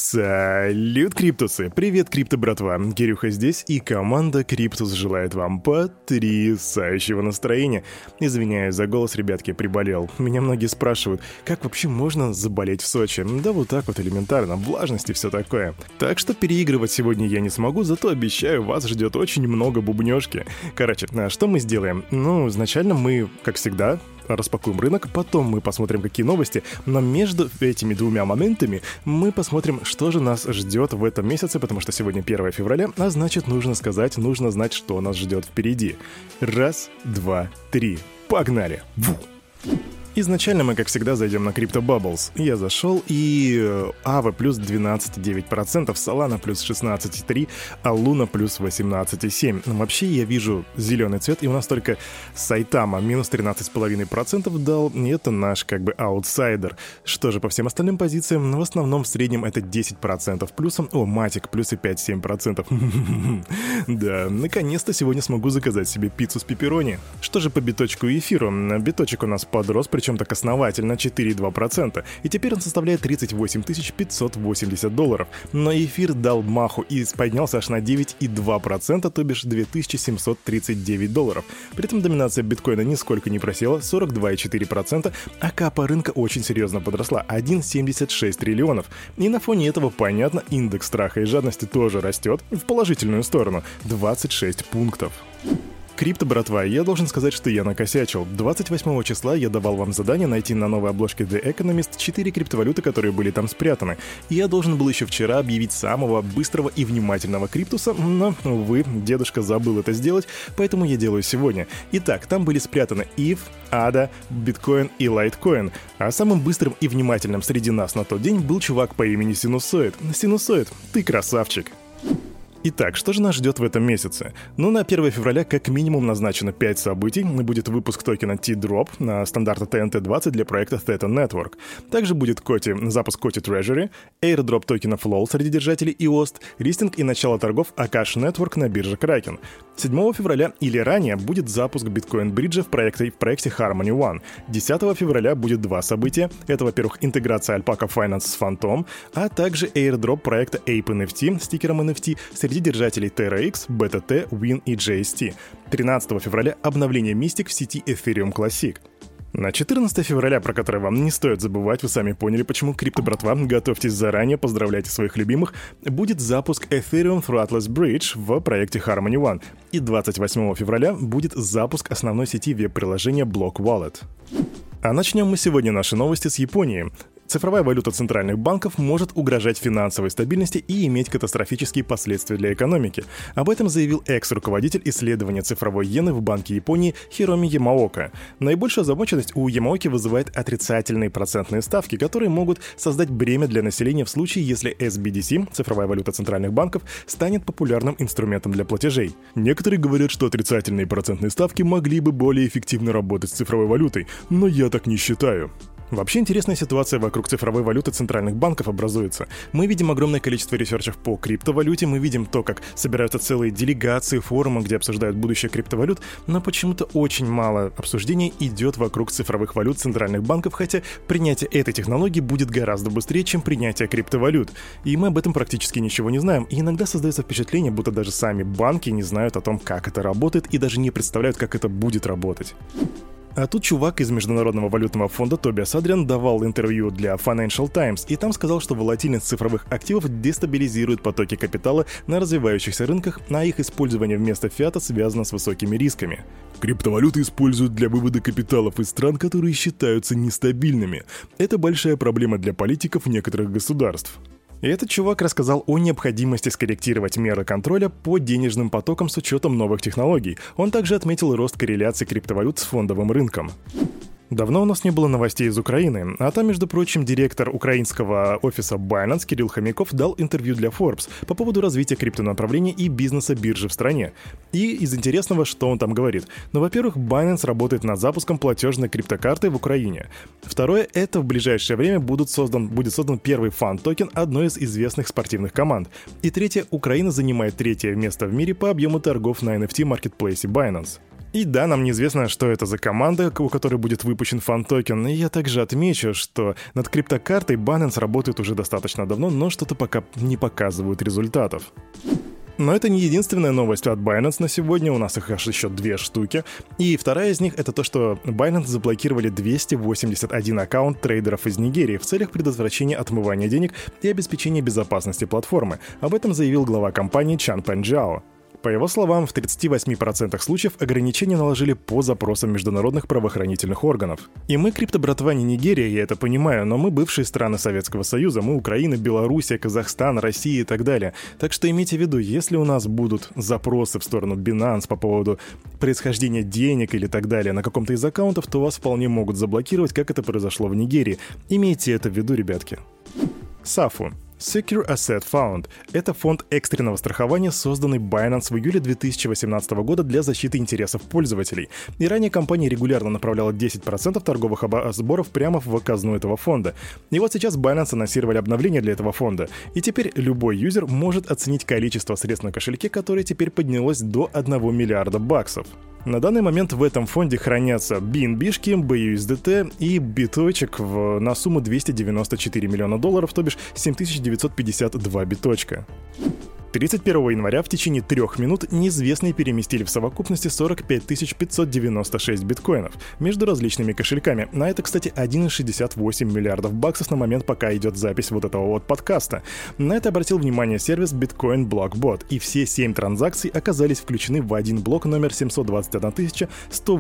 Салют, Криптусы! Привет, Крипто братва! Кирюха здесь, и команда Криптус желает вам потрясающего настроения. Извиняюсь за голос, ребятки, приболел. Меня многие спрашивают, как вообще можно заболеть в Сочи? Да вот так вот элементарно, влажность и все такое. Так что переигрывать сегодня я не смогу, зато обещаю, вас ждет очень много бубнёжки. Короче, что мы сделаем? Ну, изначально мы, как всегда, распакуем рынок, потом мы посмотрим, какие новости, но между этими двумя моментами мы посмотрим, что же нас ждет в этом месяце, потому что сегодня 1 февраля, а значит, нужно знать, что нас ждет впереди. Раз, два, три. Погнали! Изначально мы, как всегда, зайдем на Crypto Bubbles. Я зашел, и Aave плюс 12,9%, Solana плюс 16,3%, а Luna плюс 18,7%. Вообще, я вижу зеленый цвет, и у нас только Saitama минус 13,5% дал, и это наш, аутсайдер. Что же, по всем остальным позициям, в основном в среднем это 10% плюсом. О, Matic плюс и 5,7%. Да, наконец-то сегодня смогу заказать себе пиццу с пепперони. Что же по биточку и эфиру? Биточек у нас подрос, причем так основательно, 4,2%, и теперь он составляет $38 580. Но эфир дал маху и поднялся аж на 9,2%, то бишь $2739. При этом доминация биткоина нисколько не просела, 42,4%, а капа рынка очень серьезно подросла, 1,76 триллионов. И на фоне этого, понятно, индекс страха и жадности тоже растет в положительную сторону, 26 пунктов. Крипто, братва, я должен сказать, что я накосячил. 28 числа я давал вам задание найти на новой обложке The Economist 4 криптовалюты, которые были там спрятаны. И я должен был еще вчера объявить самого быстрого и внимательного криптуса, но, увы, дедушка забыл это сделать, поэтому я делаю сегодня. Итак, там были спрятаны ETH, ADA, Bitcoin и Litecoin. А самым быстрым и внимательным среди нас на тот день был чувак по имени Синусоид. Синусоид, ты красавчик! Итак, что же нас ждет в этом месяце? Ну, на 1 февраля как минимум назначено 5 событий. Будет выпуск токена T-Drop на стандарта TNT20 для проекта Theta Network. Также будет запуск Коти Treasury, airdrop токена Flow среди держателей EOST, листинг и начало торгов Akash Network на бирже Kraken. 7 февраля или ранее будет запуск биткоин-бриджа в проекте Harmony One. 10 февраля будет 2 события. Это, во-первых, интеграция Alpaca Finance с Phantom, а также airdrop проекта Ape NFT с тикером NFT среди держателей TerraX, BTT, Win и JST. 13 февраля обновление Mystic в сети Ethereum Classic. На 14 февраля, про который вам не стоит забывать, вы сами поняли, почему, крипто братва, готовьтесь заранее, поздравляйте своих любимых, будет запуск Ethereum Throtless Bridge в проекте Harmony One. И 28 февраля будет запуск основной сети веб-приложения Block Wallet. А начнем мы сегодня наши новости с Японии. Цифровая валюта центральных банков может угрожать финансовой стабильности и иметь катастрофические последствия для экономики. Об этом заявил экс-руководитель исследования цифровой иены в Банке Японии Хироми Ямаока. Наибольшую озабоченность у Ямаоки вызывает отрицательные процентные ставки, которые могут создать бремя для населения в случае, если SBDC, цифровая валюта центральных банков, станет популярным инструментом для платежей. Некоторые говорят, что отрицательные процентные ставки могли бы более эффективно работать с цифровой валютой, но я так не считаю. Вообще интересная ситуация вокруг цифровой валюты центральных банков образуется. Мы видим огромное количество ресерчев по криптовалюте, мы видим то, как собираются целые делегации, форумы, где обсуждают будущее криптовалют, но почему-то очень мало обсуждений идет вокруг цифровых валют центральных банков, хотя принятие этой технологии будет гораздо быстрее, чем принятие криптовалют. И мы об этом практически ничего не знаем, и иногда создается впечатление, будто даже сами банки не знают о том, как это работает, и даже не представляют, как это будет работать. А тут чувак из Международного валютного фонда Тобиас Адриан давал интервью для Financial Times, и там сказал, что волатильность цифровых активов дестабилизирует потоки капитала на развивающихся рынках, а их использование вместо фиата связано с высокими рисками. Криптовалюты используют для вывода капиталов из стран, которые считаются нестабильными. Это большая проблема для политиков некоторых государств. И этот чувак рассказал о необходимости скорректировать меры контроля по денежным потокам с учетом новых технологий. Он также отметил рост корреляции криптовалют с фондовым рынком. Давно у нас не было новостей из Украины, а там, между прочим, директор украинского офиса Binance Кирилл Хомяков дал интервью для Forbes по поводу развития криптонаправления и бизнеса биржи в стране. И из интересного, что он там говорит. Ну, во-первых, Binance работает над запуском платежной криптокарты в Украине. Второе, это в ближайшее время будет создан первый фан-токен одной из известных спортивных команд. И третье, Украина занимает 3-е место в мире по объему торгов на NFT-маркетплейсе Binance. И да, нам неизвестно, что это за команда, у которой будет выпущен фан-токен, и я также отмечу, что над криптокартой Binance работает уже достаточно давно, но что-то пока не показывают результатов. Но это не единственная новость от Binance на сегодня, у нас их аж еще 2 штуки. И вторая из них — это то, что Binance заблокировали 281 аккаунт трейдеров из Нигерии в целях предотвращения отмывания денег и обеспечения безопасности платформы. Об этом заявил глава компании Чан Пенджао. По его словам, в 38% случаев ограничения наложили по запросам международных правоохранительных органов. И мы, крипто-братва, не Нигерия, я это понимаю, но мы бывшие страны Советского Союза, мы Украина, Белоруссия, Казахстан, Россия и так далее. Так что имейте в виду, если у нас будут запросы в сторону Binance по поводу происхождения денег или так далее на каком-то из аккаунтов, то вас вполне могут заблокировать, как это произошло в Нигерии. Имейте это в виду, ребятки. SAFU. Secure Asset Fund — это фонд экстренного страхования, созданный Binance в июле 2018 года для защиты интересов пользователей. И ранее компания регулярно направляла 10% торговых сборов прямо в казну этого фонда. И вот сейчас Binance анонсировали обновление для этого фонда. И теперь любой юзер может оценить количество средств на кошельке, которое теперь поднялось до $1 миллиарда. На данный момент в этом фонде хранятся BNB-шки, BUSDT и биточек на сумму $294 миллиона, то бишь 7952 биточка. 31 января в течение 3 минут неизвестные переместили в совокупности 45 596 биткоинов между различными кошельками. На это, кстати, 1,68 миллиардов баксов на момент, пока идет запись вот этого вот подкаста. На это обратил внимание сервис Bitcoin Block Bot, и все 7 транзакций оказались включены в один блок номер 721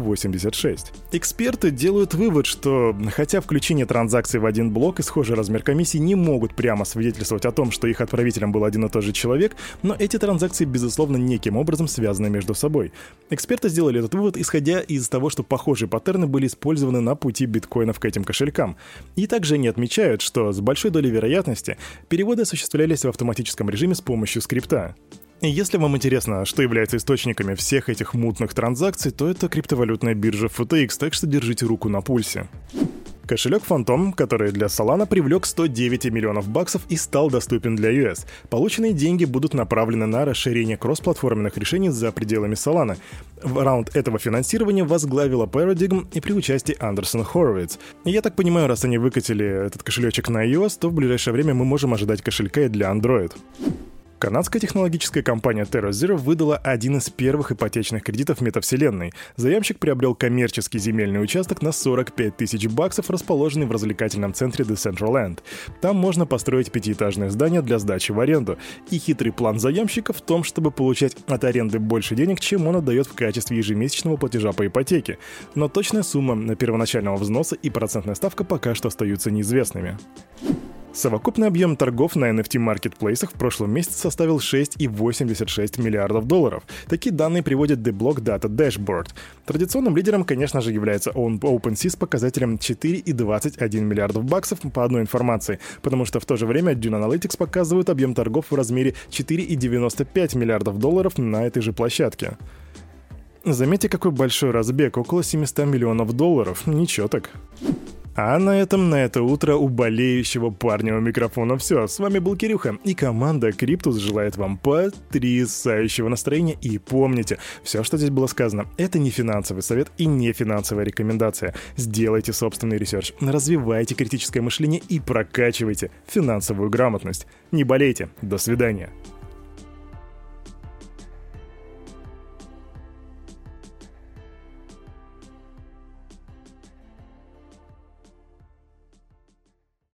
186. Эксперты делают вывод, что хотя включение транзакций в один блок и схожий размер комиссии не могут прямо свидетельствовать о том, что их отправителем был один и тот же человек, но эти транзакции, безусловно, неким образом связаны между собой. Эксперты сделали этот вывод, исходя из того, что похожие паттерны были использованы на пути биткоинов к этим кошелькам. И также они отмечают, что с большой долей вероятности переводы осуществлялись в автоматическом режиме с помощью скрипта. И если вам интересно, что является источниками всех этих мутных транзакций, то это криптовалютная биржа FTX, так что держите руку на пульсе. Кошелек Phantom, который для Solana привлек 109 миллионов баксов и стал доступен для US. Полученные деньги будут направлены на расширение кроссплатформенных решений за пределами Solana. Раунд этого финансирования возглавила Paradigm и при участии Андерсон Хоровиц. И я так понимаю, раз они выкатили этот кошелечек на iOS, то в ближайшее время мы можем ожидать кошелька и для Android. Канадская технологическая компания TerraZero выдала один из первых ипотечных кредитов метавселенной. Заемщик приобрел коммерческий земельный участок на 45 тысяч баксов, расположенный в развлекательном центре Decentraland. Там можно построить 5-этажное здание для сдачи в аренду. И хитрый план заемщика в том, чтобы получать от аренды больше денег, чем он отдает в качестве ежемесячного платежа по ипотеке. Но точная сумма первоначального взноса и процентная ставка пока что остаются неизвестными. Совокупный объем торгов на NFT-маркетплейсах в прошлом месяце составил $6,86 миллиардов. Такие данные приводит The Block Data Dashboard. Традиционным лидером, конечно же, является OpenSea с показателем $4,21 миллиардов баксов по одной информации, потому что в то же время Dune Analytics показывает объем торгов в размере $4,95 миллиардов на этой же площадке. Заметьте, какой большой разбег, около $700 миллионов. Ничего так. А на это утро у болеющего парня у микрофона все. С вами был Кирюха, и команда Криптус желает вам потрясающего настроения. И помните, все, что здесь было сказано, это не финансовый совет и не финансовая рекомендация. Сделайте собственный ресерч, развивайте критическое мышление и прокачивайте финансовую грамотность. Не болейте. До свидания.